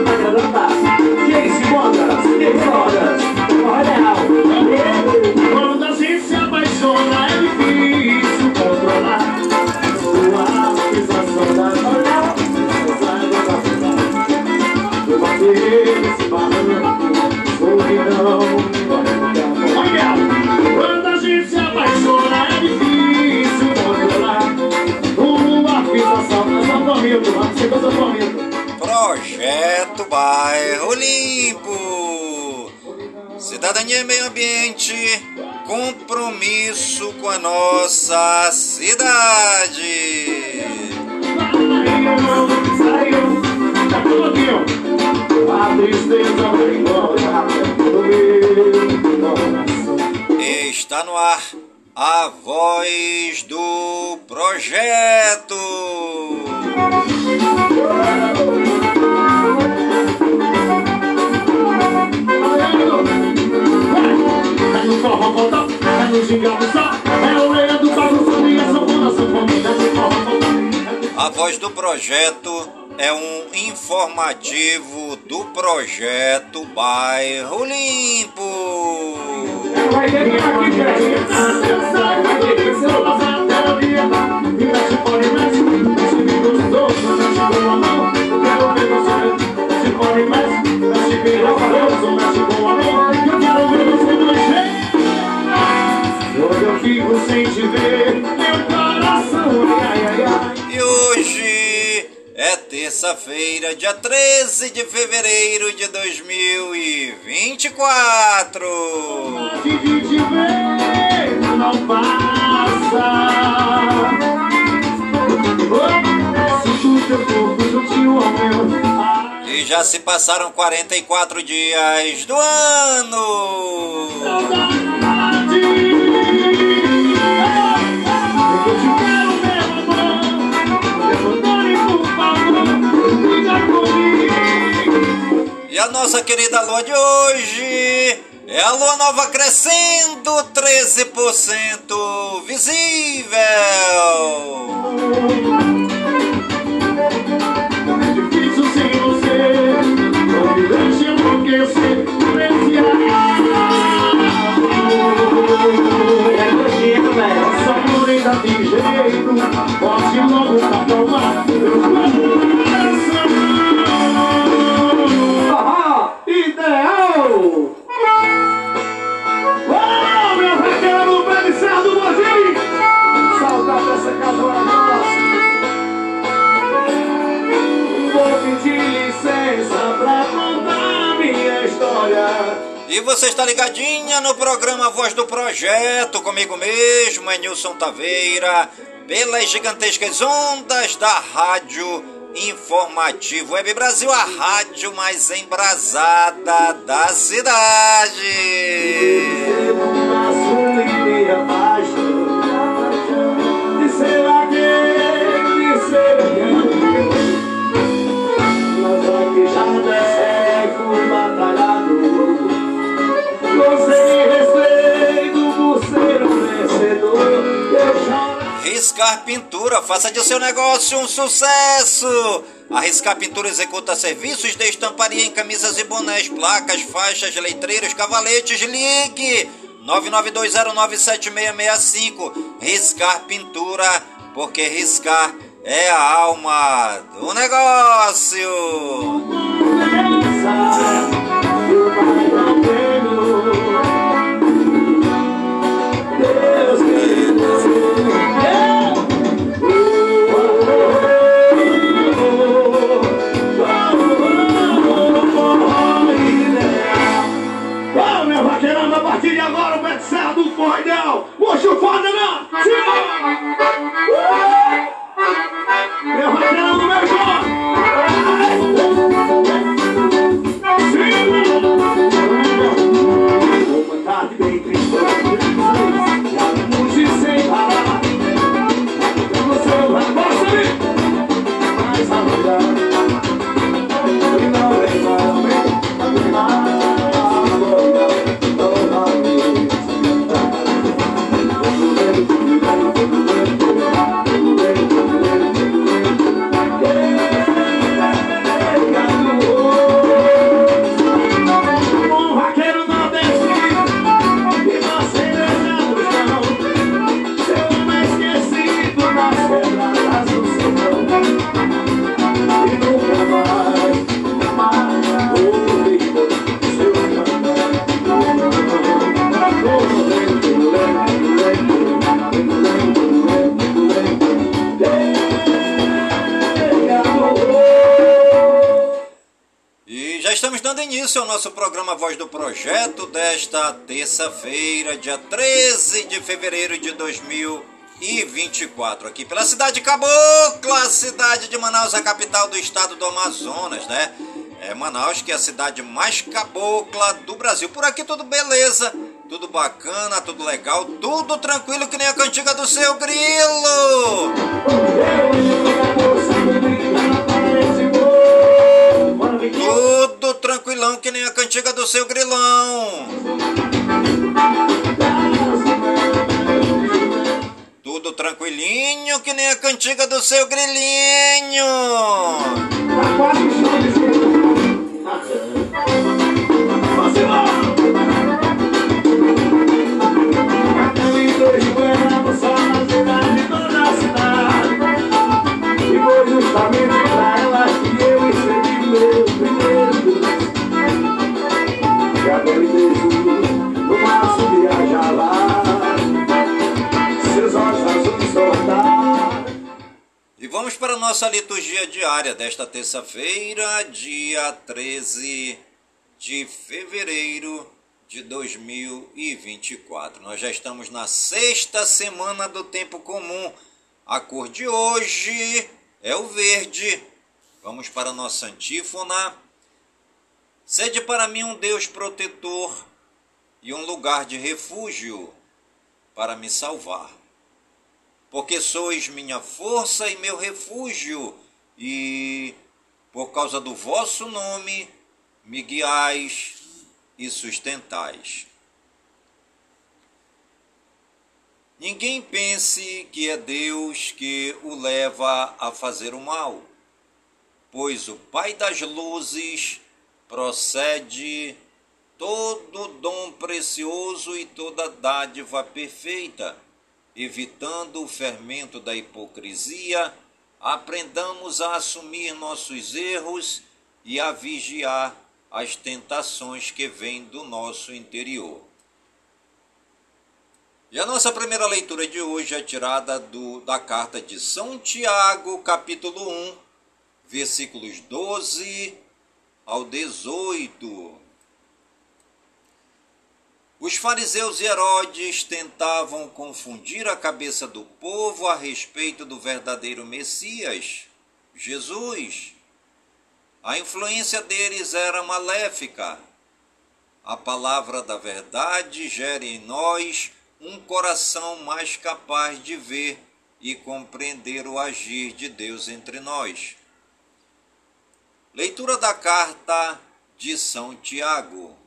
Quando a gente se apaixona é difícil controlar a sensação da olhar. Eu bater nesse barranco, solidão. Quando a gente se apaixona é difícil controlar uma sensação. Eu sou bonito, você que eu sou bonito. Projeto Bairro Limpo. Cidadania e meio ambiente, compromisso com a nossa cidade. Está no ar a voz do projeto. A voz do projeto é um informativo do projeto Bairro Limpo. E hoje é terça-feira, dia 13 de fevereiro de 2024. Não passa. E já se passaram 44 dias do ano. E a nossa querida lua de hoje é a lua nova crescendo 13% visível. É difícil sem você, não me deixe enlouquecer, só por ainda tem jeito, pode logo acalmar meu coração. Ideal! Oh, meu raqueiro do pé de serra do Brasil! Saudade dessa casa nossa. Vou pedir licença pra contar minha história. E você está ligadinha no programa Voz do Projeto, comigo mesmo, é Nilson Taveira, pelas gigantescas ondas da Rádio Informativo Web Brasil, a rádio mais embrasada da cidade. Riscar Pintura, faça de seu negócio um sucesso. A Riscar Pintura executa serviços de estamparia em camisas e bonés, placas, faixas, letreiros, cavaletes. Ligue 992097665. Riscar Pintura, porque riscar é a alma do negócio. A partir de agora o pé de serra do Forró. Puxa o foda, não! Meu raqueirão do meu jogo! Uma tarde bem triste, já pude sem parar. Você vai conseguir, mas a verdade não é mais. Já estamos dando início ao nosso programa Voz do Projeto desta terça-feira, dia 13 de fevereiro de 2024, aqui pela cidade de Cabocla, cidade de Manaus, a capital do estado do Amazonas, né? É Manaus, que é a cidade mais cabocla do Brasil. Por aqui tudo beleza, tudo bacana, tudo legal, tudo tranquilo que nem a cantiga do seu grilo. Tudo tranquilão que nem a cantiga do seu grilão. Tudo tranquilinho que nem a cantiga do seu grilinho. E vamos para a nossa liturgia diária desta terça-feira, dia 13 de fevereiro de 2024. Nós já estamos na sexta semana do tempo comum. A cor de hoje é o verde. Vamos para a nossa antífona. Sede para mim um Deus protetor e um lugar de refúgio para me salvar. Porque sois minha força e meu refúgio, e por causa do vosso nome me guiais e sustentais. Ninguém pense que é Deus que o leva a fazer o mal, pois o Pai das luzes procede todo dom precioso e toda dádiva perfeita. Evitando o fermento da hipocrisia, aprendamos a assumir nossos erros e a vigiar as tentações que vêm do nosso interior. E a nossa primeira leitura de hoje é tirada da carta de São Tiago, capítulo 1, versículos 12 ao 18. Os fariseus e Herodes tentavam confundir a cabeça do povo a respeito do verdadeiro Messias, Jesus. A influência deles era maléfica. A palavra da verdade gera em nós um coração mais capaz de ver e compreender o agir de Deus entre nós. Leitura da carta de São Tiago.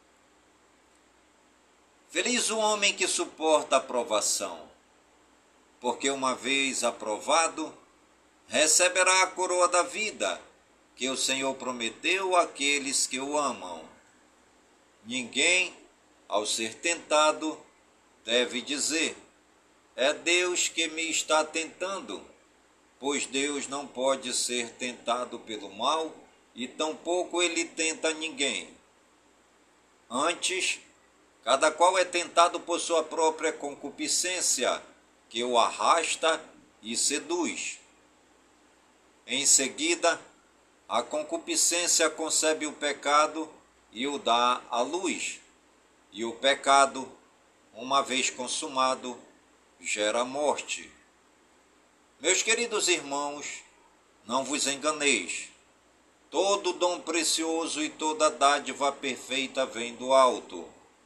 Feliz o homem que suporta a provação, porque uma vez aprovado, receberá a coroa da vida, que o Senhor prometeu àqueles que o amam. Ninguém, ao ser tentado, deve dizer, é Deus que me está tentando, pois Deus não pode ser tentado pelo mal, e tampouco ele tenta ninguém. Antes, cada qual é tentado por sua própria concupiscência, que o arrasta e seduz. Em seguida, a concupiscência concebe o pecado e o dá à luz. E o pecado, uma vez consumado, gera morte. Meus queridos irmãos, não vos enganeis. Todo dom precioso e toda dádiva perfeita vem do alto.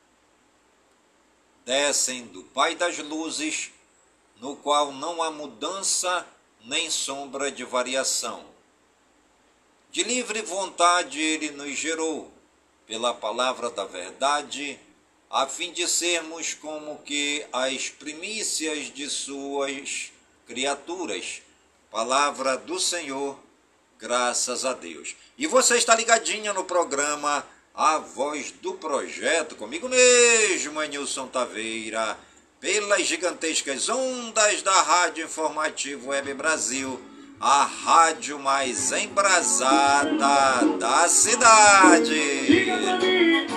Descem do Pai das luzes, no qual não há mudança nem sombra de variação. De livre vontade ele nos gerou, pela palavra da verdade, a fim de sermos como que as primícias de suas criaturas. Palavra do Senhor, graças a Deus. E você está ligadinha no programa A Voz do Projeto, comigo mesmo, Nilson Taveira, pelas gigantescas ondas da Rádio Informativo Web Brasil, a rádio mais embrasada da cidade. Diga pra mim,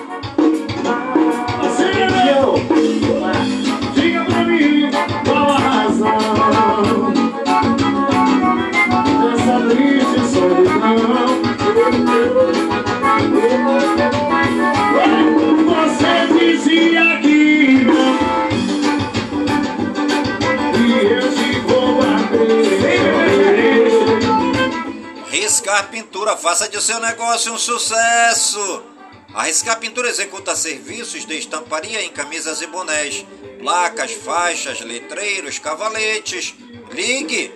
diga pra mim qual a razão dessa triste solidão. Riscar Pintura, faça de seu negócio um sucesso. A Riscar Pintura executa serviços de estamparia em camisas e bonés, placas, faixas, letreiros, cavaletes. Ligue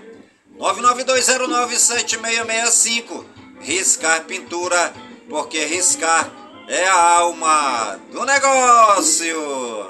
992097665. Riscar Pintura, porque riscar é a alma do negócio.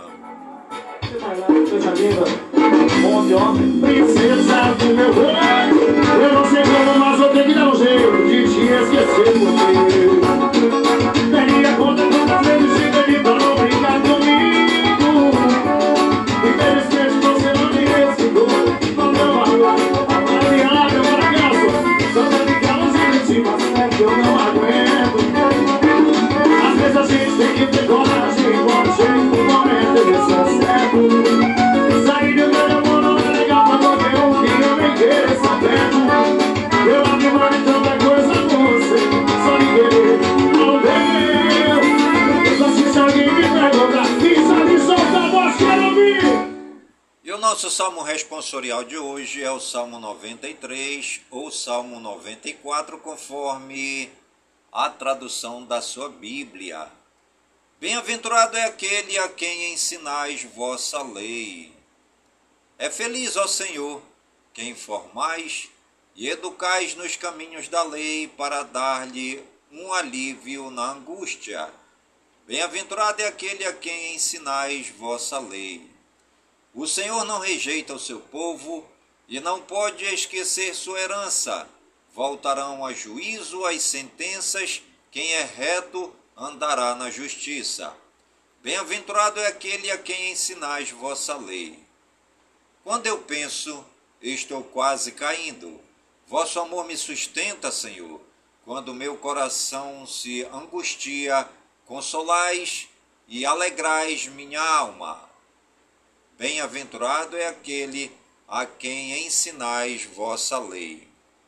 Princesa do meu reino, eu não sei como, mas eu tenho que dar um jeito de te esquecer, porque daria conta quantas vezes te pedi pra não brincar comigo. Infelizmente você não me respeitou. Não deu valor, avaliado meu fracasso. Só pra ficar longe de ti, mas é que eu não aguento. Às vezes a gente tem que ter coragem, igual chega um momento e isso é certo. Sair do meu amor não é legal pra qualquer um que eu nem queira saber. Eu abri mão de tanta coisa com você, só de querer, não deu. Só se alguém me perguntar, isso de solta a voz, quero ouvir. E o nosso salmo responsorial de hoje é o Salmo 93 ou Salmo 94, conforme a tradução da sua Bíblia. Bem-aventurado é aquele a quem ensinais vossa lei. É feliz, ó Senhor, quem formais e educais nos caminhos da lei para dar-lhe um alívio na angústia. Bem-aventurado é aquele a quem ensinais vossa lei. O Senhor não rejeita o seu povo e não pode esquecer sua herança. Voltarão a juízo as sentenças, quem é reto andará na justiça. Bem-aventurado é aquele a quem ensinais vossa lei. Quando eu penso, estou quase caindo. Vosso amor me sustenta, Senhor. Quando meu coração se angustia, consolais e alegrais minha alma. Bem-aventurado é aquele a quem ensinais vossa lei.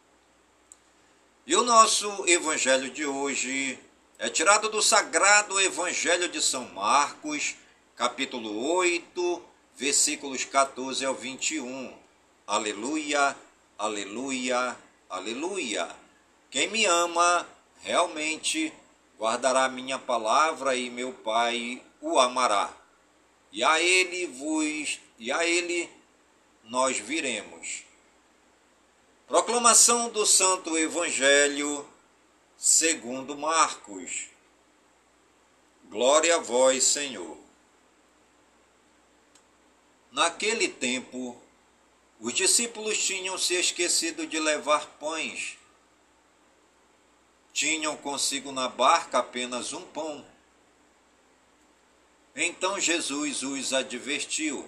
E o nosso evangelho de hoje é tirado do Sagrado Evangelho de São Marcos, capítulo 8, versículos 14 ao 21. Aleluia, aleluia, aleluia. Quem me ama realmente guardará minha palavra e meu Pai o amará. E a ele nós viremos. Proclamação do Santo Evangelho segundo Marcos. Glória a vós, Senhor. Naquele tempo, os discípulos tinham se esquecido de levar pães. Tinham consigo na barca apenas um pão. Então Jesus os advertiu: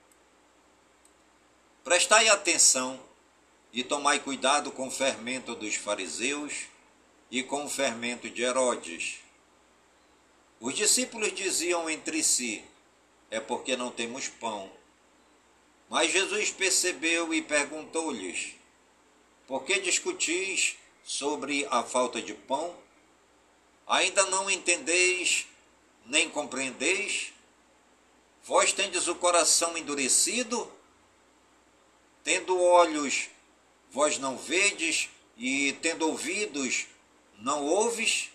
prestai atenção e tomai cuidado com o fermento dos fariseus e com o fermento de Herodes. Os discípulos diziam entre si: é porque não temos pão. Mas Jesus percebeu e perguntou-lhes: por que discutis sobre a falta de pão? Ainda não entendeis, nem compreendeis? Vós tendes o coração endurecido? Tendo olhos, vós não vedes, e tendo ouvidos, não ouves?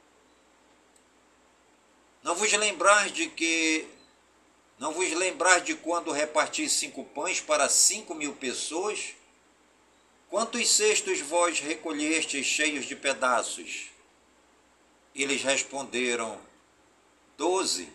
Não vos lembrar de quando repartis 5 pães para 5.000 pessoas? Quantos cestos vós recolhestes cheios de pedaços? Eles responderam: 12.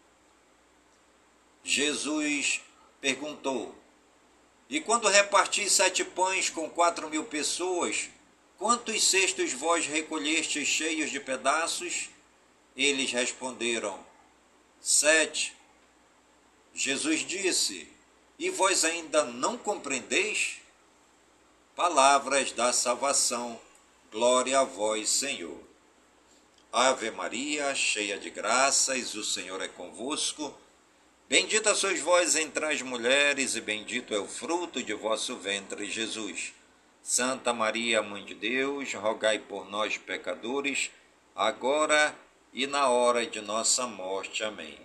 Jesus perguntou: e quando repartis 7 pães com 4.000 pessoas, quantos cestos vós recolhestes cheios de pedaços? Eles responderam: 7. Jesus disse: e vós ainda não compreendeis? Palavras da salvação. Glória a vós, Senhor. Ave Maria, cheia de graças, o Senhor é convosco. Bendita sois vós entre as mulheres, e bendito é o fruto de vosso ventre, Jesus. Santa Maria, Mãe de Deus, rogai por nós, pecadores, agora e na hora de nossa morte. Amém.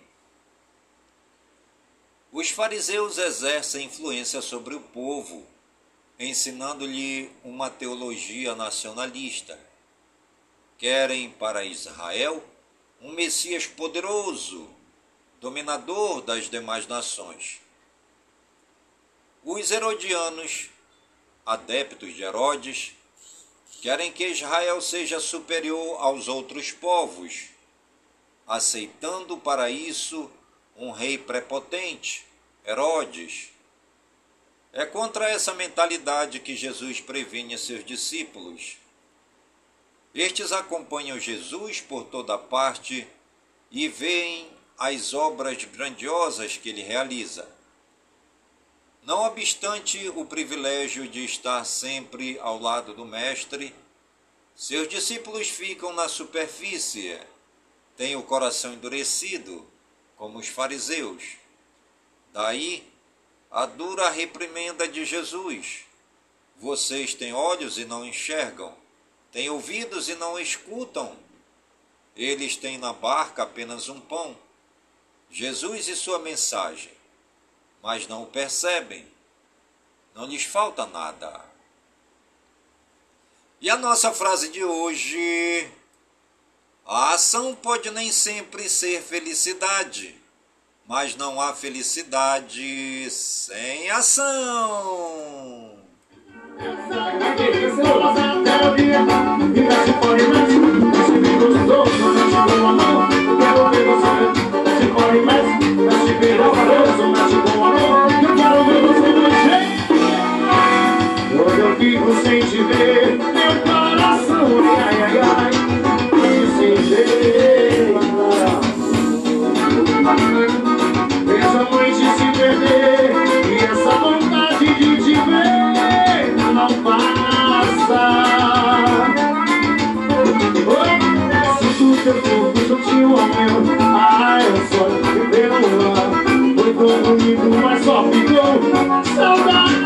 Os fariseus exercem influência sobre o povo, ensinando-lhe uma teologia nacionalista. querem para Israel um Messias poderoso, dominador das demais nações. Os herodianos, adeptos de Herodes, querem que Israel seja superior aos outros povos, aceitando para isso um rei prepotente, Herodes. É contra essa mentalidade que Jesus previne seus discípulos. Estes acompanham Jesus por toda parte e veem as obras grandiosas que ele realiza. Não obstante o privilégio de estar sempre ao lado do Mestre, seus discípulos ficam na superfície, têm o coração endurecido, como os fariseus. Daí a dura reprimenda de Jesus: vocês têm olhos e não enxergam, têm ouvidos e não escutam. Eles têm na barca apenas um pão, Jesus e sua mensagem, mas não o percebem, não lhes falta nada. E a nossa frase de hoje: a ação pode nem sempre ser felicidade, mas não há felicidade sem ação. Quando eu fico sem te ver, meu coração, ai, ai, ai, sem jeito. Essa noite se perder e essa vontade de te ver não passa. Sinto teu corpo juntinho ao meu, ai, eu só viver no ar. Foi tão bonito, mas só ficou saudade.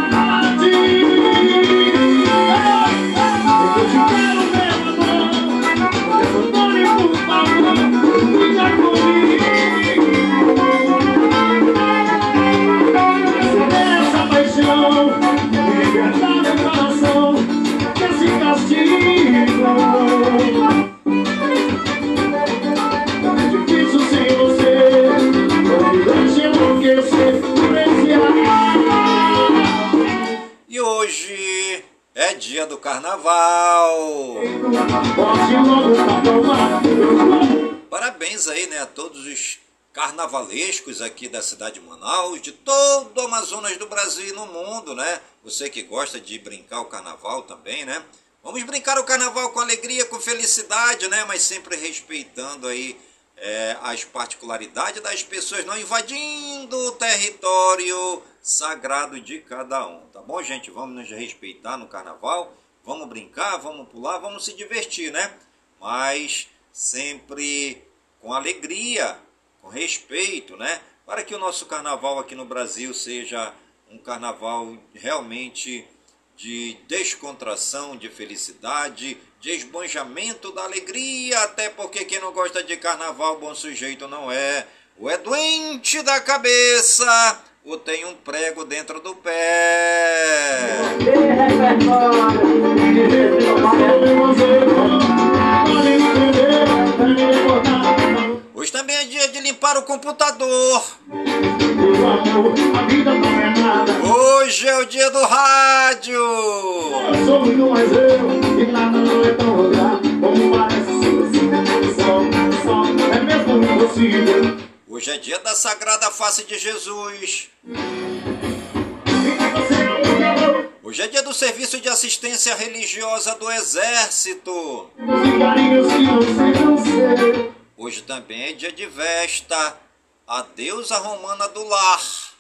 E hoje é dia do carnaval. Parabéns aí, né, a todos os carnavalescos aqui da cidade de Manaus, de todo o Amazonas do Brasil e no mundo, né? Você que gosta de brincar o carnaval também, né? Vamos brincar o carnaval com alegria, com felicidade, né? Mas sempre respeitando aí as particularidades das pessoas, não invadindo o território sagrado de cada um, tá bom, gente? Vamos nos respeitar no carnaval, vamos brincar, vamos pular, vamos se divertir, né? Mas sempre com alegria, com respeito, né? Para que o nosso carnaval aqui no Brasil seja um carnaval realmente de descontração, de felicidade, de esbanjamento da alegria, até porque quem não gosta de carnaval, bom sujeito não é. Ou é doente da cabeça, ou tem um prego dentro do pé. Hoje também é dia de limpar o computador. Hoje é o dia do rádio. Hoje é dia da Sagrada Face de Jesus. Hoje é dia do Serviço de Assistência Religiosa do Exército. Hoje também é dia de Vesta, a deusa romana do lar.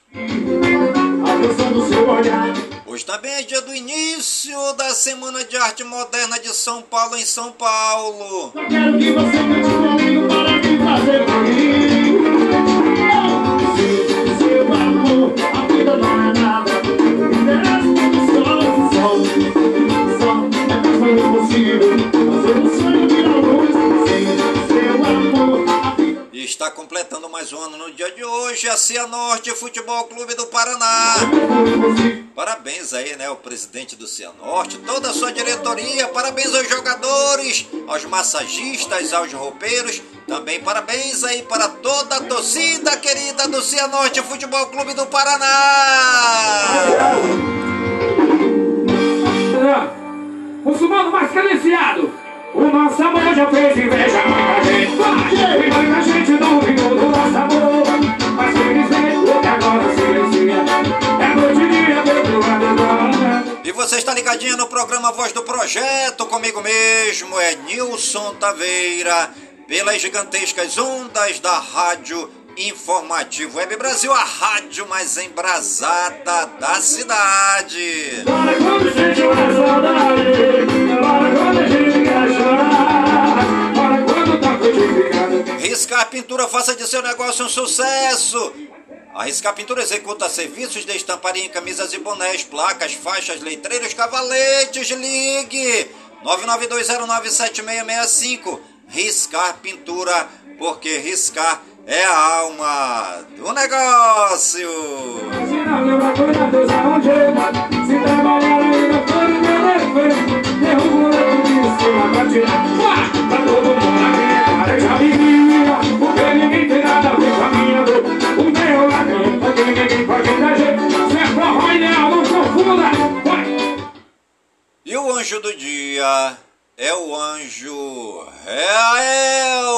Hoje também é dia do início da Semana de Arte Moderna de São Paulo, em São Paulo. Eu quero que você cante comigo para me fazer feliz. Seu amor, a vida não é nada. Só é mesmo impossível fazer um sonho virar luz. Seu amor, a vida... está completando mais um ano no dia de hoje, a Cianorte Futebol Clube do Paraná. Parabéns aí, né, o presidente do Cianorte, toda a sua diretoria, parabéns aos jogadores, aos massagistas, aos roupeiros, também parabéns aí para toda a torcida querida do Cianorte Futebol Clube do Paraná. Muçulmano mais cadenciado, o nosso amor já fez inveja, muita gente vai, e muita gente duvidou do nosso amor, mas felizmente o que agora silencia, é noite e dia do lado agora. E você está ligadinho no programa Voz do Projeto, comigo mesmo, é Nilson Taveira, pelas gigantescas ondas da Rádio Informativo Web Brasil, a rádio mais embrasada da cidade. Para quando sente uma saudade, para quando a gente quer chorar, para quando tá frutificando. Riscar Pintura, faça de seu negócio um sucesso. A Riscar Pintura executa serviços de estamparia em camisas e bonés, placas, faixas, letreiros, cavaletes. Ligue 992097665. Riscar Pintura, porque riscar é a alma do negócio. Se não lembra coisa, Deus é um jeito. Se trabalhar ainda for o meu defeito, derrubo o leito de cima pra tirar. Pra todo mundo aqui, cara, já vivia. Porque ninguém tem nada a ver com a minha dor. O meu lamento, porque ninguém pode dar jeito. Se é forró ideal, não confunda. Vai! E o anjo do dia é o anjo Rael.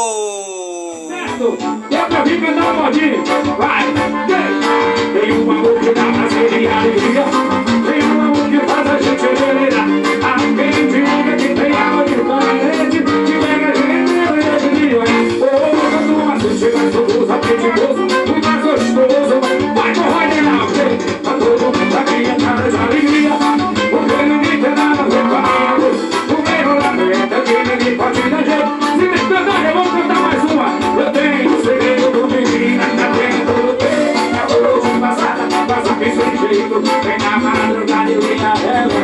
Eu pra vir cantar um modinho, vai, tem um amor que dá prazer e alegria, tem um amor que faz a gente delirar. Quem diga que tem amor de planete, que pega a gente e alegria. Quando uma gente mais gostoso, apetitoso, muito mais gostoso, vai com o Royal, pra todo mundo aqui é cara de alegria, porque ninguém tem nada a ver com a minha luz. O meu lamento é que ninguém pode dar jeito. Se me cantar, eu vou cantar mais uma. Eu tenho um segredo do menino, ainda tenho todo o tempo. É o de passada, passa bem sem jeito. Vem na madrugada e linha ela.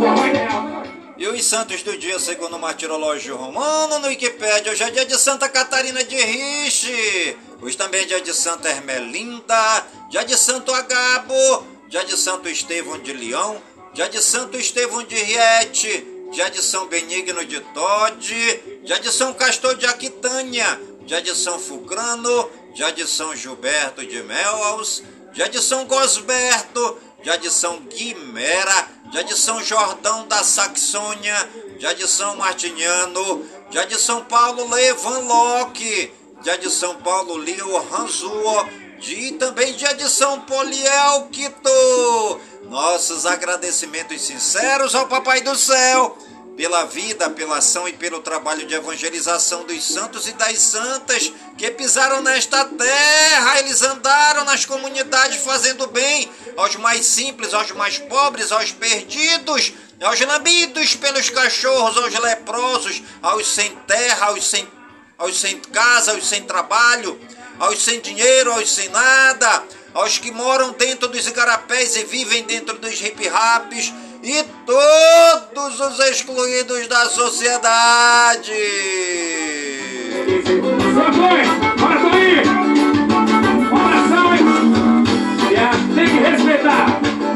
E os santos do dia, segundo o martirológio romano, no Wikipédia, hoje é dia de Santa Catarina de Riche. Hoje também é dia de Santa Hermelinda, dia de Santo Agabo, dia de Santo Estevão de Leão, dia de Santo Estevão de Riete, dia de São Benigno de Todi, dia de São Castor de Aquitânia, dia de São Fulcrano, dia de São Gilberto de Melhaus, dia de São Gosberto, dia de São Guimera, dia de São Jordão da Saxônia, dia de São Martiniano, dia de São Paulo Levan Locke, dia de São Paulo Leo Ranzuo, e também dia de São Polielquito. Nossos agradecimentos sinceros ao Papai do Céu pela vida, pela ação e pelo trabalho de evangelização dos santos e das santas que pisaram nesta terra. Eles andaram nas comunidades fazendo bem aos mais simples, aos mais pobres, aos perdidos, aos lambidos pelos cachorros, aos leprosos, aos sem terra, aos sem casa, aos sem trabalho, aos sem dinheiro, aos sem nada, aos que moram dentro dos igarapés e vivem dentro dos hip-raps e todos os excluídos da sociedade. Bora, Toninho! Um abração, hein? Tem que respeitar.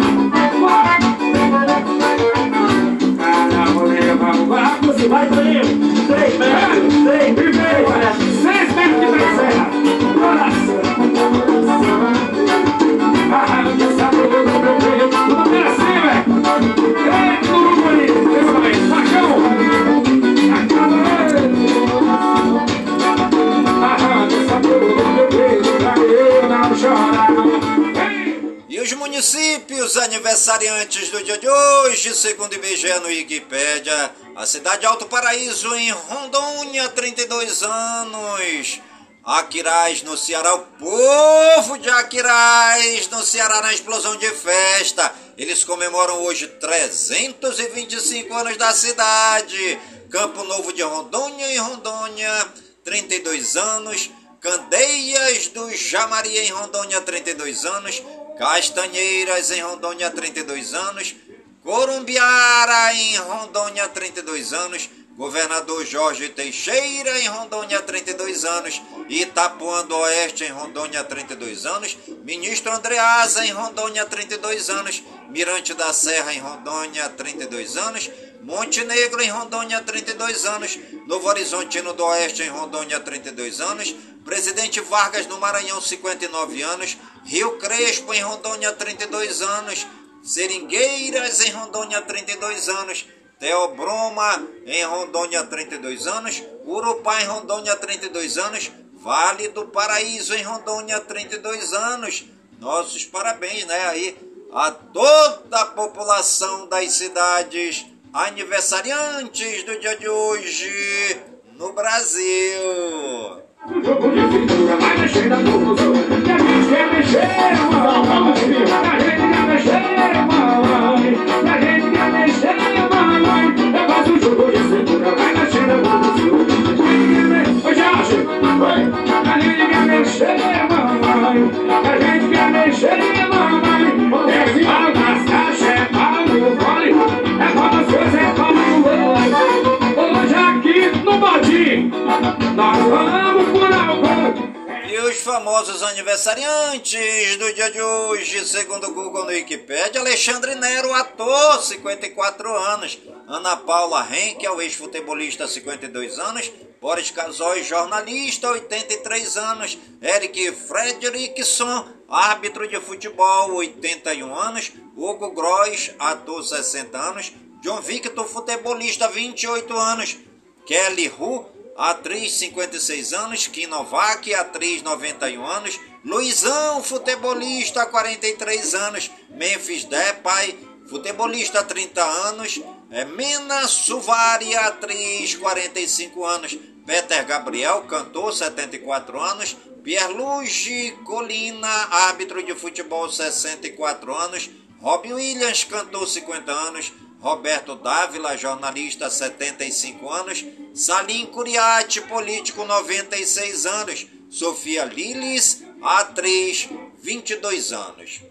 Você vai, Toninho? 3 metros, 6 metros de terceira. E os municípios aniversariantes do dia de hoje, segundo o IBGE no Wikipédia, a cidade de Alto Paraíso, em Rondônia, 32 anos. Aquiraz, no Ceará, o povo de Aquiraz, no Ceará, na explosão de festa. Eles comemoram hoje 325 anos da cidade. Campo Novo de Rondônia, em Rondônia, 32 anos. Candeias do Jamaria, em Rondônia, 32 anos. Castanheiras, em Rondônia, 32 anos. Corumbiara, em Rondônia, 32 anos. Governador Jorge Teixeira, em Rondônia, 32 anos. Itapuã do Oeste, em Rondônia, 32 anos. Ministro Andreasa, em Rondônia, 32 anos. Mirante da Serra, em Rondônia, 32 anos. Montenegro, em Rondônia, 32 anos. Novo Horizontino do Oeste, em Rondônia, 32 anos. Presidente Vargas, no Maranhão, 59 anos. Rio Crespo, em Rondônia, 32 anos. Seringueiras, em Rondônia, 32 anos. Teobroma, em Rondônia, 32 anos. Urupá, em Rondônia, 32 anos. Vale do Paraíso, em Rondônia, 32 anos. Nossos parabéns, né, aí a toda a população das cidades aniversariantes do dia de hoje no Brasil. E os famosos aniversariantes do dia de hoje, segundo o Google no Wikipedia: Alexandre Nero, ator, 54 anos. Ana Paula Henkel, ex-futebolista, 52 anos. Boris Casoy, jornalista, 83 anos. Eric Fredrickson, árbitro de futebol, 81 anos. Hugo Gross, ator, 60 anos. John Victor, futebolista, 28 anos. Kelly Hu, atriz, 56 anos. Kim Novak, atriz, 91 anos. Luizão, futebolista, 43 anos. Memphis Depay, futebolista, 30 anos. Mena Suvari, atriz, 45 anos. Peter Gabriel, cantor, 74 anos. Pierluigi Colina, árbitro de futebol, 64 anos. Robin Williams, cantor, 50 anos. Roberto Dávila, jornalista, 75 anos. Salim Curiati, político, 96 anos. Sofia Lilis, atriz, 22 anos.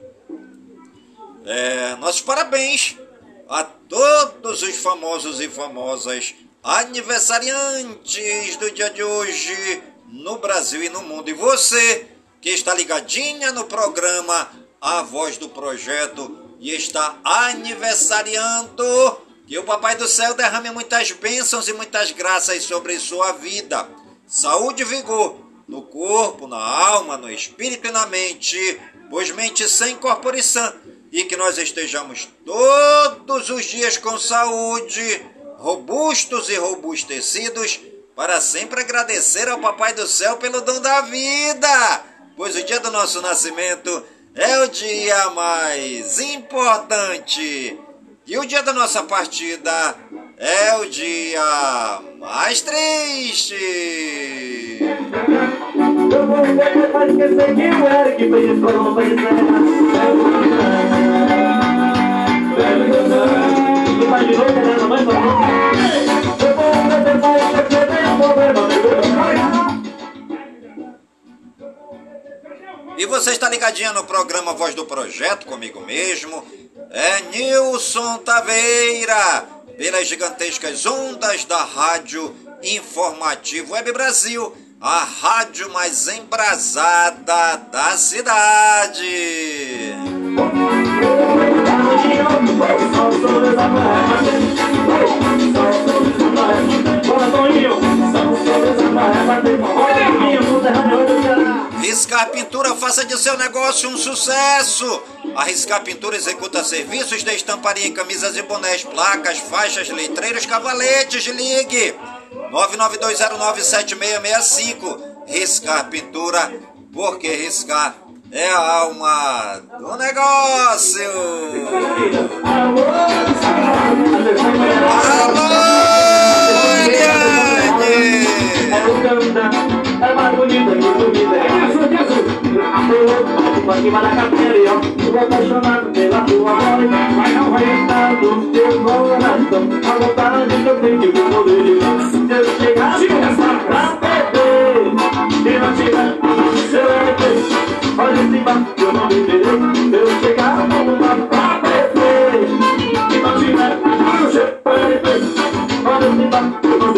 Nossos parabéns a todos os famosos e famosas aniversariantes do dia de hoje no Brasil e no mundo. E você que está ligadinha no programa A Voz do Projeto e está aniversariando, que o Papai do Céu derrame muitas bênçãos e muitas graças sobre sua vida. Saúde e vigor no corpo, na alma, no espírito e na mente, pois mente sem corpo e sã. E que nós estejamos todos os dias com saúde, robustos e robustecidos, para sempre agradecer ao Papai do Céu pelo dom da vida, pois o dia do nosso nascimento é o dia mais importante e o dia da nossa partida é o dia mais triste. Eu vou ver, mas esquecer que o Eric fez isso como foi imaginou que era mais eu vou ver, mas esquecer o problema. E você está ligadinha no programa Voz do Projeto, comigo mesmo, Nilson Taveira, pelas gigantescas ondas da Rádio Informativo Web Brasil, a rádio mais embrasada da cidade. Riscar Pintura, faça de seu negócio um sucesso. A Riscar Pintura executa serviços de estamparia em camisas e bonés, placas, faixas, letreiros, cavaletes. Ligue 992097665. Riscar Pintura, porque riscar é a alma do negócio. Alô, Eliane! É mais bonita que comida. Aqui vai na capela, ó. Tô apaixonado pela tua voz. Vai não vai entrar no teu coração. A vontade que eu tenho de poder. Se eu chegar pra beber, se não tiver, se eu beber, olha em cima, eu não beberei. Se eu chegar pra beber, se não tiver, se eu beber, olha em cima, eu não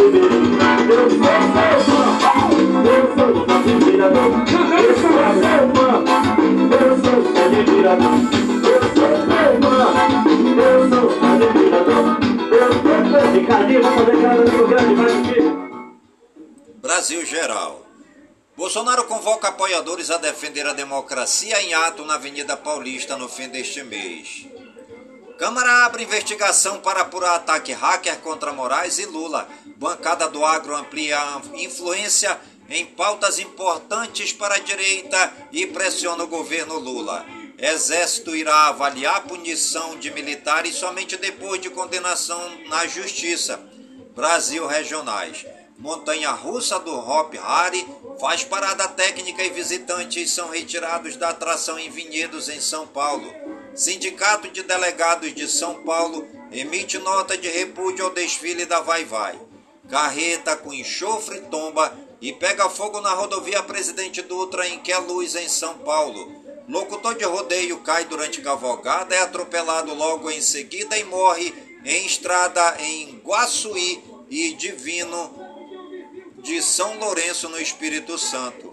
Brasil-Geral. Bolsonaro convoca apoiadores a defender a democracia em ato na Avenida Paulista no fim deste mês. Câmara abre investigação para apurar ataque hacker contra Moraes e Lula. Bancada do Agro amplia a influência em pautas importantes para a direita e pressiona o governo Lula. Exército irá avaliar a punição de militares somente depois de condenação na Justiça. Brasil Regionais. Montanha-russa do Hop Hari faz parada técnica e visitantes são retirados da atração em Vinhedos, em São Paulo. Sindicato de Delegados de São Paulo emite nota de repúdio ao desfile da Vai-Vai. Carreta com enxofre tomba e pega fogo na rodovia Presidente Dutra em Queluz, em São Paulo. Locutor de rodeio cai durante cavalgada, é atropelado logo em seguida e morre em estrada em Guaçuí e Divino de São Lourenço, no Espírito Santo.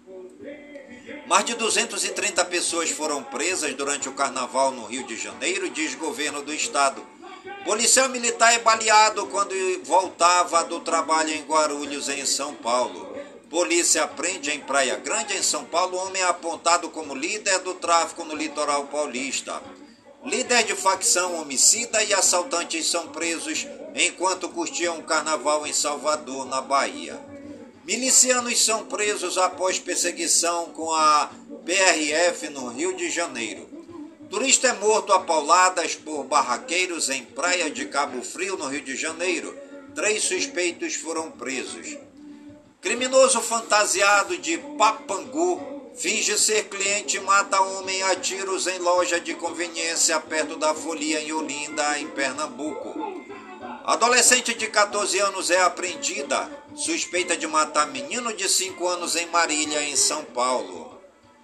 Mais de 230 pessoas foram presas durante o carnaval no Rio de Janeiro, diz governo do estado. Policial militar é baleado quando voltava do trabalho em Guarulhos, em São Paulo. Polícia prende em Praia Grande, em São Paulo, homem apontado como líder do tráfico no litoral paulista. Líder de facção homicida e assaltantes são presos enquanto curtiam o carnaval em Salvador, na Bahia. Milicianos são presos após perseguição com a PRF no Rio de Janeiro. Turista é morto a pauladas por barraqueiros em Praia de Cabo Frio, no Rio de Janeiro. 3 suspeitos foram presos. Criminoso fantasiado de Papangu finge ser cliente e mata homem a tiros em loja de conveniência perto da Folia, em Olinda, em Pernambuco. Adolescente de 14 anos é apreendida, suspeita de matar menino de 5 anos em Marília, em São Paulo.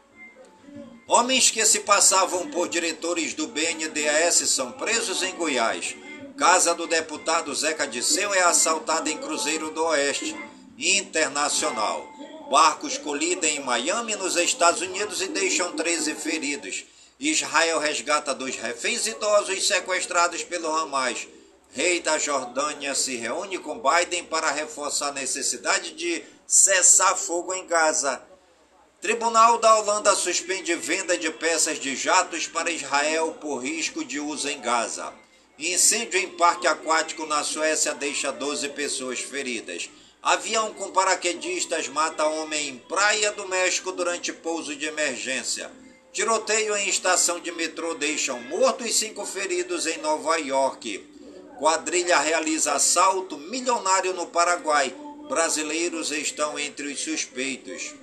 Homens que se passavam por diretores do BNDES são presos em Goiás. Casa do deputado Zeca Disseu é assaltada em Cruzeiro do Oeste. Internacional. Barcos colidem em Miami, nos Estados Unidos, e deixam 13 feridos. Israel resgata 2 reféns idosos sequestrados pelo Hamas. Rei da Jordânia se reúne com Biden para reforçar a necessidade de cessar fogo em Gaza. Tribunal da Holanda suspende venda de peças de jatos para Israel por risco de uso em Gaza. Incêndio em parque aquático na Suécia deixa 12 pessoas feridas. Avião com paraquedistas mata homem em Praia do México durante pouso de emergência. Tiroteio em estação de metrô deixa um morto e 5 feridos em Nova York. Quadrilha realiza assalto milionário no Paraguai. Brasileiros estão entre os suspeitos.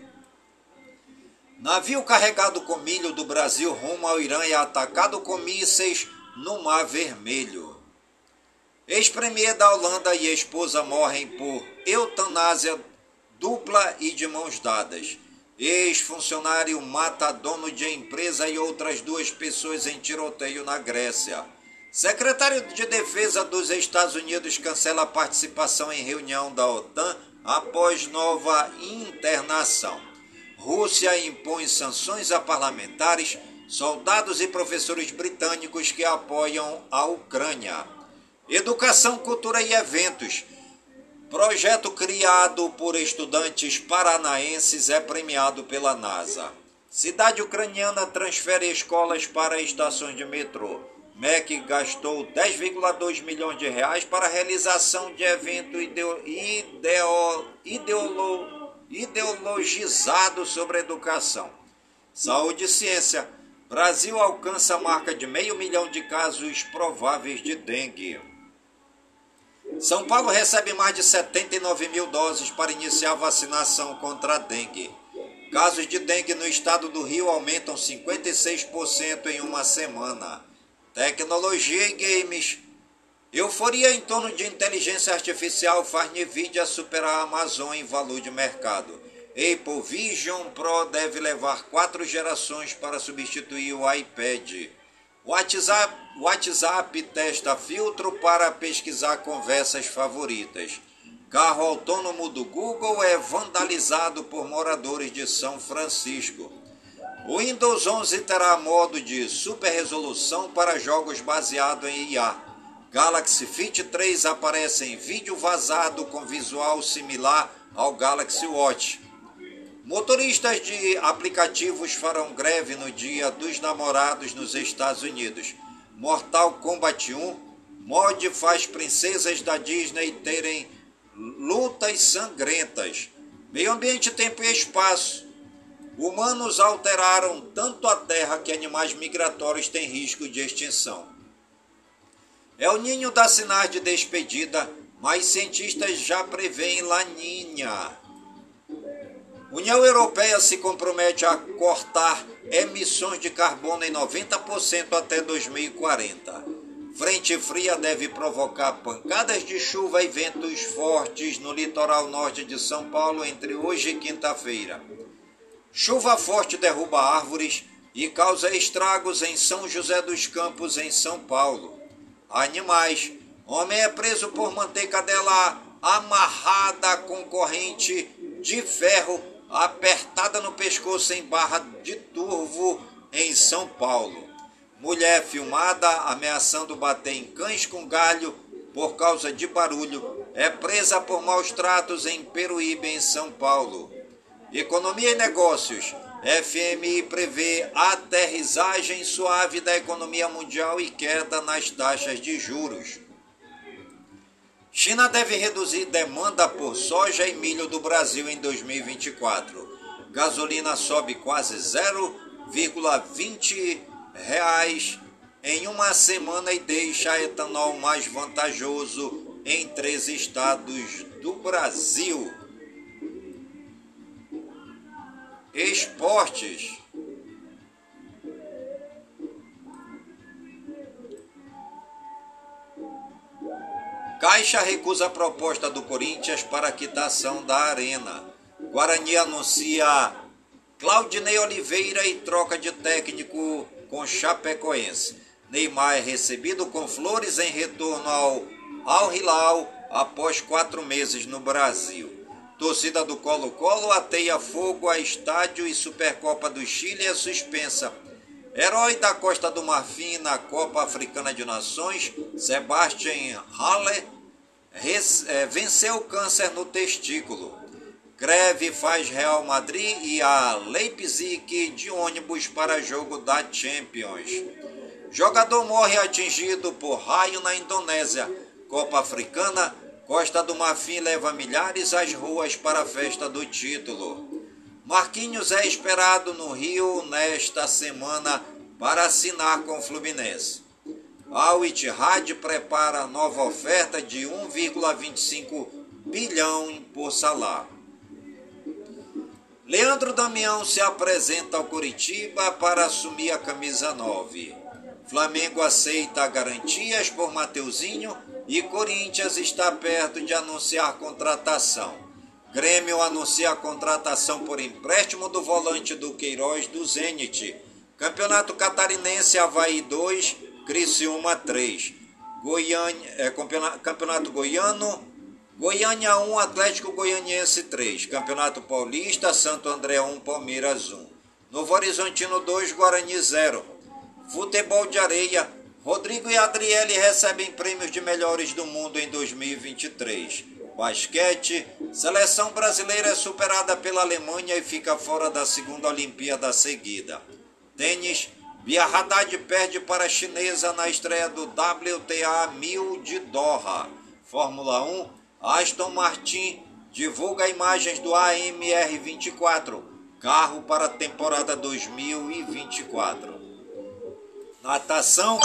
Navio carregado com milho do Brasil rumo ao Irã é atacado com mísseis no Mar Vermelho. Ex-premier da Holanda e esposa morrem por eutanásia dupla e de mãos dadas. Ex-funcionário mata dono de empresa e outras 2 pessoas em tiroteio na Grécia. Secretário de Defesa dos Estados Unidos cancela a participação em reunião da OTAN após nova internação. Rússia impõe sanções a parlamentares, soldados e professores britânicos que apoiam a Ucrânia. Educação, cultura e eventos. Projeto criado por estudantes paranaenses é premiado pela NASA. Cidade ucraniana transfere escolas para estações de metrô. MEC gastou 10,2 milhões de reais para a realização de evento ideologizado sobre educação. Saúde e ciência. Brasil alcança a marca de 500 mil de casos prováveis de dengue. São Paulo recebe mais de 79 mil doses para iniciar a vacinação contra a dengue. Casos de dengue no estado do Rio aumentam 56% em uma semana. Tecnologia e games. Euforia em torno de inteligência artificial faz Nvidia superar a Amazon em valor de mercado. Apple Vision Pro deve levar 4 gerações para substituir o iPad. WhatsApp testa filtro para pesquisar conversas favoritas. Carro autônomo do Google é vandalizado por moradores de São Francisco. O Windows 11 terá modo de super resolução para jogos baseado em IA. Galaxy Fit 3 aparece em vídeo vazado com visual similar ao Galaxy Watch. Motoristas de aplicativos farão greve no Dia dos Namorados nos Estados Unidos. Mortal Kombat 1, mod faz princesas da Disney terem lutas sangrentas. Meio ambiente, tempo e espaço. Humanos alteraram tanto a Terra que animais migratórios têm risco de extinção. El Niño dá sinais de despedida, mas cientistas já prevêem La Niña. União Europeia se compromete a cortar emissões de carbono em 90% até 2040. Frente fria deve provocar pancadas de chuva e ventos fortes no litoral norte de São Paulo entre hoje e quinta-feira. Chuva forte derruba árvores e causa estragos em São José dos Campos, em São Paulo. Animais. Homem é preso por manter cadela amarrada com corrente de ferro apertada no pescoço em Barra de Turvo, em São Paulo. Mulher filmada ameaçando bater em cães com galho por causa de barulho é presa por maus tratos em Peruíbe, em São Paulo. Economia e negócios. FMI prevê aterrissagem suave da economia mundial e queda nas taxas de juros. China deve reduzir demanda por soja e milho do Brasil em 2024. Gasolina sobe quase 0,20 reais em uma semana e deixa etanol mais vantajoso em 13 estados do Brasil. Esportes. Caixa recusa a proposta do Corinthians para a quitação da Arena. Guarani anuncia Claudinei Oliveira e troca de técnico com Chapecoense. Neymar é recebido com flores em retorno ao Al Hilal após 4 meses no Brasil. Torcida do Colo-Colo ateia fogo a estádio e Supercopa do Chile é suspensa. Herói da Costa do Marfim na Copa Africana de Nações, Sebastian Haller, venceu câncer no testículo. Greve faz Real Madrid e a Leipzig de ônibus para jogo da Champions. Jogador morre atingido por raio na Indonésia. Copa Africana, Costa do Marfim leva milhares às ruas para a festa do título. Marquinhos é esperado no Rio nesta semana para assinar com o Fluminense. Al Ittihad prepara nova oferta de 1,25 bilhão por Salah. Leandro Damião se apresenta ao Coritiba para assumir a camisa 9. Flamengo aceita garantias por Mateuzinho e Corinthians está perto de anunciar contratação. Grêmio anuncia a contratação por empréstimo do volante do Queiroz do Zenit. Campeonato Catarinense, Avaí 2, Criciúma 3. Campeonato Goiano, Goiânia 1, Atlético Goianiense 3. Campeonato Paulista, Santo André 1, Palmeiras 1. Novo Horizontino 2, Guarani 0. Futebol de areia, Rodrigo e Adriele recebem prêmios de melhores do mundo em 2023. Basquete, seleção brasileira é superada pela Alemanha e fica fora da segunda Olimpíada seguida. Tênis, Bia Haddad perde para a chinesa na estreia do WTA 1000 de Doha. Fórmula 1, Aston Martin divulga imagens do AMR24, carro para a temporada 2024. Natação,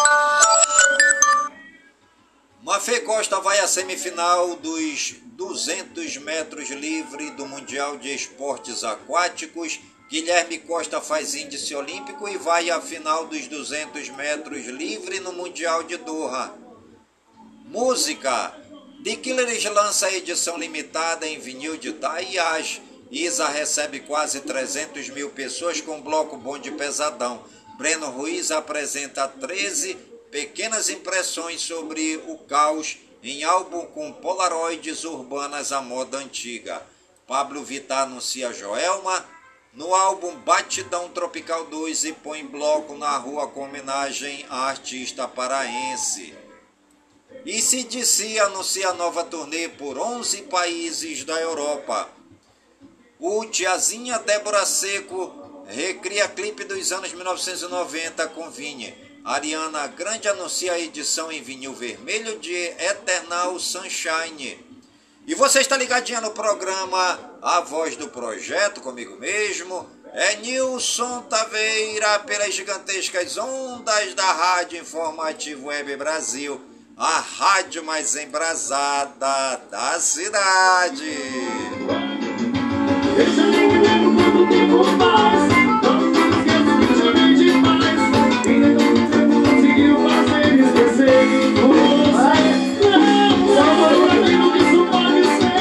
Mafê Costa vai à semifinal dos 200 metros livre do Mundial de Esportes Aquáticos. Guilherme Costa faz índice olímpico e vai à final dos 200 metros livre no Mundial de Doha. Música, The Killers lança edição limitada em vinil de Taiás. Isa recebe quase 300 mil pessoas com bloco bonde pesadão. Breno Ruiz apresenta 13 pequenas impressões sobre o caos em álbum com polaroides urbanas à moda antiga. Pablo Vittar anuncia Joelma no álbum Batidão Tropical 2 e põe bloco na rua com homenagem à artista paraense. AC/DC anuncia nova turnê por 11 países da Europa. O Tiazinha Débora Seco recria clipe dos anos 1990 com Vini. Ariana Grande anuncia a edição em vinil vermelho de Eternal Sunshine. E você está ligadinha no programa A Voz do Projeto, comigo mesmo. É Nilson Taveira, pelas gigantescas ondas da Rádio Informativo Web Brasil, a rádio mais embrasada da cidade. Deixa eu entender quanto tempo faz. Não esqueça que te amei demais. Ainda não conseguiu fazer esquecer você. Não, pra mim não isso pode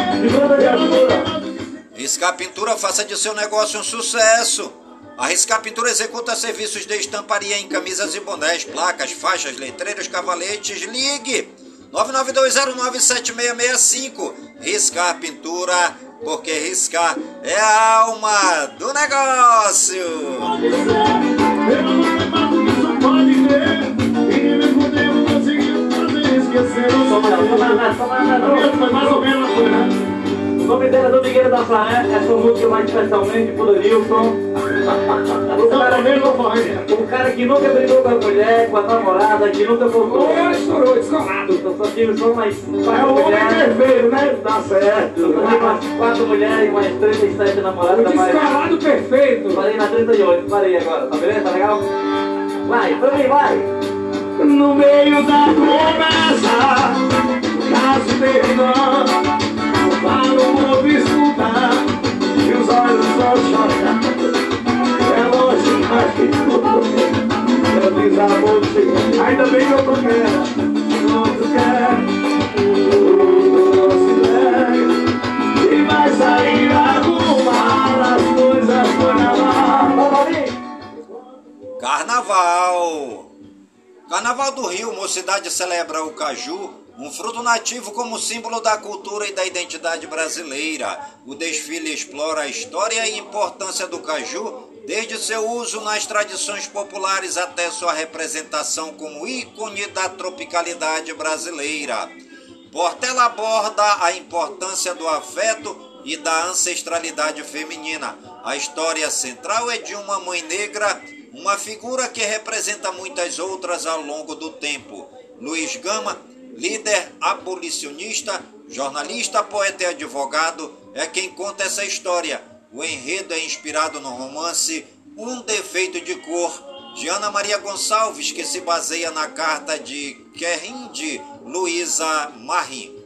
ser. Riscar Pintura, faça de seu negócio um sucesso. A Riscar Pintura executa serviços de estamparia em camisas e bonés, placas, faixas, letreiros, cavaletes. Ligue 992097665. Riscar Pintura, porque riscar é a alma do negócio. Pode ser, eu não é fácil que isso pode ver. E nem mesmo tempo conseguiu fazer esquecer. Foi mais ou menos, né? O nome dela é do Miguel da Praia, essa música mais especialmente pro Danilson. O cara que nunca brigou com a mulher, com a namorada, que nunca voltou. Estourou, descolado. Eu só tive só mais 4 homem perfeito, né? Tá certo. Eu tive mais 4 mulheres e mais 37 namoradas. Descolado perfeito. Parei na 38, parei agora, tá beleza? Tá legal? Vai, pra mim, vai! No meio da conversa, caso terminou. Para o povo escutar e os olhos só choram. É longe, mas eu desabou de você. Ainda bem que eu tô querendo. Não se e vai sair arrumar as coisas por lá. Carnaval. Carnaval do Rio, mocidade celebra o caju, um fruto nativo como símbolo da cultura e da identidade brasileira. O desfile explora a história e importância do caju, desde seu uso nas tradições populares até sua representação como ícone da tropicalidade brasileira. Portela aborda a importância do afeto e da ancestralidade feminina. A história central é de uma mãe negra, uma figura que representa muitas outras ao longo do tempo. Luiz Gama, líder abolicionista, jornalista, poeta e advogado, é quem conta essa história. O enredo é inspirado no romance Um Defeito de Cor, de Ana Maria Gonçalves, que se baseia na carta de Querrim de Luísa Marim.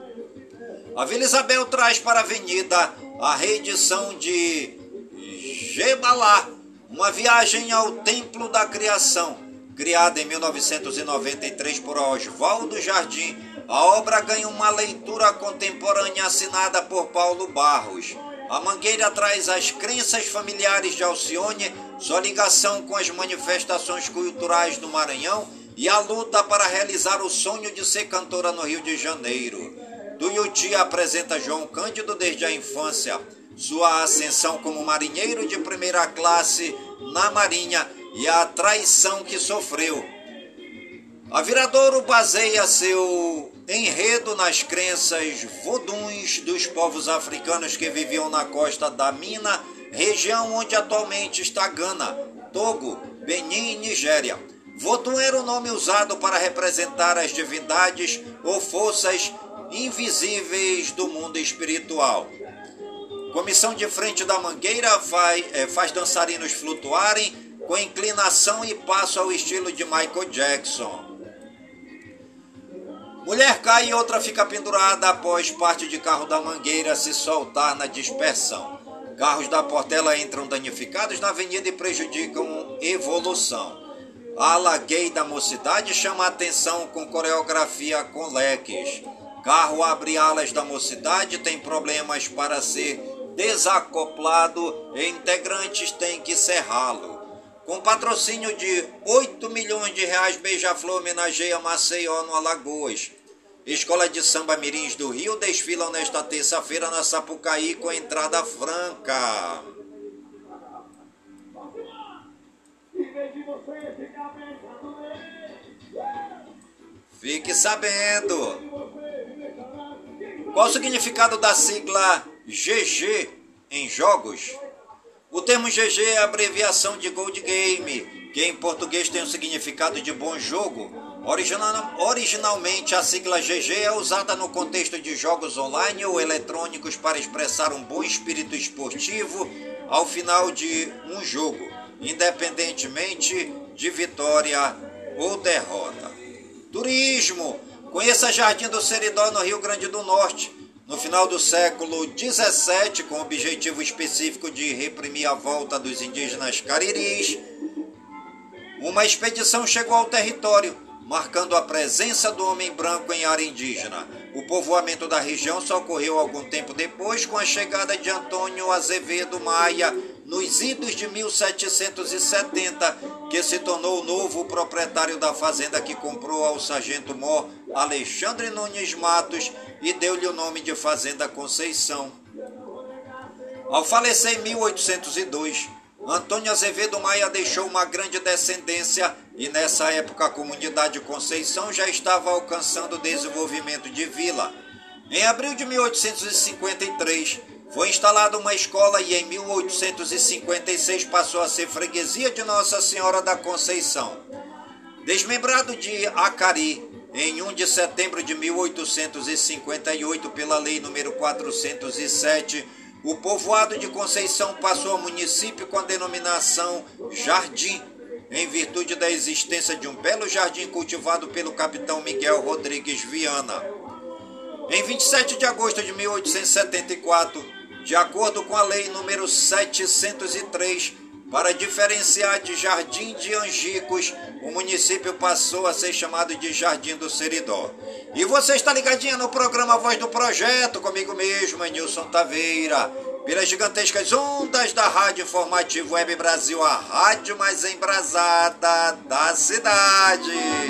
A Vila Isabel traz para a Avenida a reedição de Gebalá, uma viagem ao Templo da Criação. Criada em 1993 por Oswaldo Jardim, a obra ganha uma leitura contemporânea assinada por Paulo Barros. A Mangueira traz as crenças familiares de Alcione, sua ligação com as manifestações culturais do Maranhão e a luta para realizar o sonho de ser cantora no Rio de Janeiro. Tuiuti apresenta João Cândido desde a infância, sua ascensão como marinheiro de primeira classe na Marinha e a traição que sofreu. A Viradouro baseia seu enredo nas crenças voduns dos povos africanos que viviam na costa da Mina, região onde atualmente está Gana, Togo, Benin e Nigéria. Vodun era o nome usado para representar as divindades ou forças invisíveis do mundo espiritual. Comissão de frente da Mangueira faz dançarinos flutuarem com inclinação e passo ao estilo de Michael Jackson. Mulher cai e outra fica pendurada após parte de carro da Mangueira se soltar na dispersão. Carros da Portela entram danificados na avenida e prejudicam evolução. A ala gay da Mocidade chama a atenção com coreografia com leques. Carro abre alas da Mocidade tem problemas para ser desacoplado e integrantes têm que serrá-lo. Com patrocínio de 8 milhões de reais, Beija-Flor homenageia Maceió no Alagoas. Escola de Samba Mirins do Rio desfilam nesta terça-feira na Sapucaí com entrada franca. Fique sabendo. Qual o significado da sigla GG em jogos. O termo GG é a abreviação de Good Game, que em português tem o significado de bom jogo. Originalmente, a sigla GG é usada no contexto de jogos online ou eletrônicos para expressar um bom espírito esportivo ao final de um jogo, independentemente de vitória ou derrota. Turismo. Conheça Jardim do Seridó, no Rio Grande do Norte. No final do século XVII, com o objetivo específico de reprimir a volta dos indígenas cariris, uma expedição chegou ao território, marcando a presença do homem branco em área indígena. O povoamento da região só ocorreu algum tempo depois, com a chegada de Antônio Azevedo Maia, nos idos de 1770, que se tornou o novo proprietário da fazenda que comprou ao sargento-mor Alexandre Nunes Matos e deu-lhe o nome de Fazenda Conceição. Ao falecer em 1802, Antônio Azevedo Maia deixou uma grande descendência e nessa época a comunidade Conceição já estava alcançando o desenvolvimento de vila. Em abril de 1853, foi instalada uma escola e em 1856 passou a ser freguesia de Nossa Senhora da Conceição. Desmembrado de Acari, em 1 de setembro de 1858 pela Lei nº 407, o povoado de Conceição passou ao município com a denominação Jardim, em virtude da existência de um belo jardim cultivado pelo capitão Miguel Rodrigues Viana. Em 27 de agosto de 1874, de acordo com a Lei nº 703, para diferenciar de Jardim de Angicos, o município passou a ser chamado de Jardim do Seridó. E você está ligadinha no programa Voz do Projeto, comigo mesmo, Nilson Taveira, pelas gigantescas ondas da Rádio Informativo Web Brasil, a rádio mais embrasada da cidade.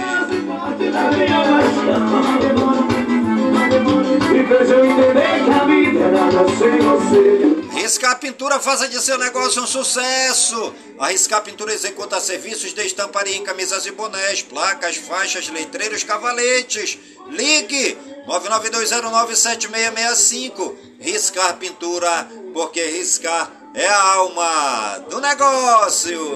Riscar Pintura, faça de seu negócio um sucesso. A Riscar Pintura executa serviços de estamparia em camisas e bonés, placas, faixas, letreiros, cavaletes. Ligue 992097665. Riscar Pintura, porque riscar é a alma do negócio.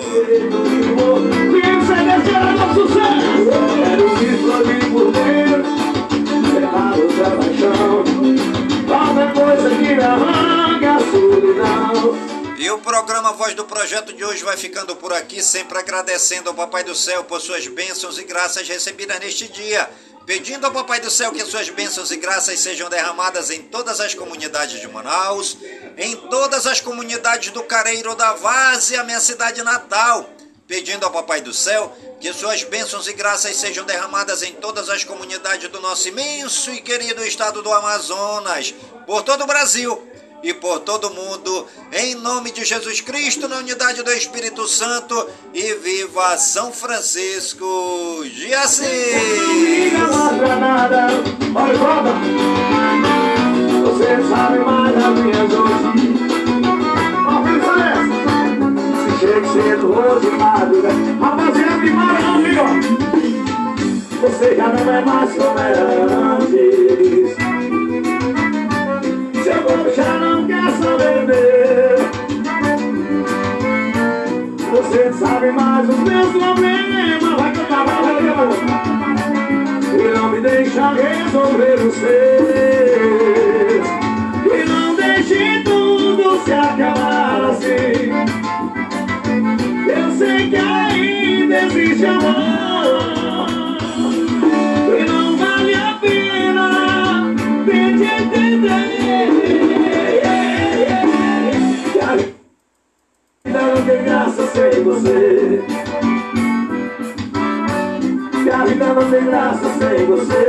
E o programa Voz do Projeto de hoje vai ficando por aqui, sempre agradecendo ao Papai do Céu por suas bênçãos e graças recebidas neste dia, pedindo ao Papai do Céu que suas bênçãos e graças sejam derramadas em todas as comunidades de Manaus, em todas as comunidades do Careiro da Várzea, minha cidade natal, pedindo ao Papai do Céu que suas bênçãos e graças sejam derramadas em todas as comunidades do nosso imenso e querido estado do Amazonas, por todo o Brasil e por todo mundo, em nome de Jesus Cristo, na unidade do Espírito Santo, e viva São Francisco de Assis! Você sabe mais da minha noite. Se chega cedo ou de madrugada, rapaziada de Maranhão, amigo, você já não é mais como era antes. Seu corpo já não quer saber ver. Você sabe mais os meus problemas. Vai cantar, vai cantar. E não me deixa resolver os seus. E não deixe tudo se acabar assim. Eu sei que ainda existe amor. E não vale a pena tente entender. Não tem graça sem você. Que a vida não tem graça sem você.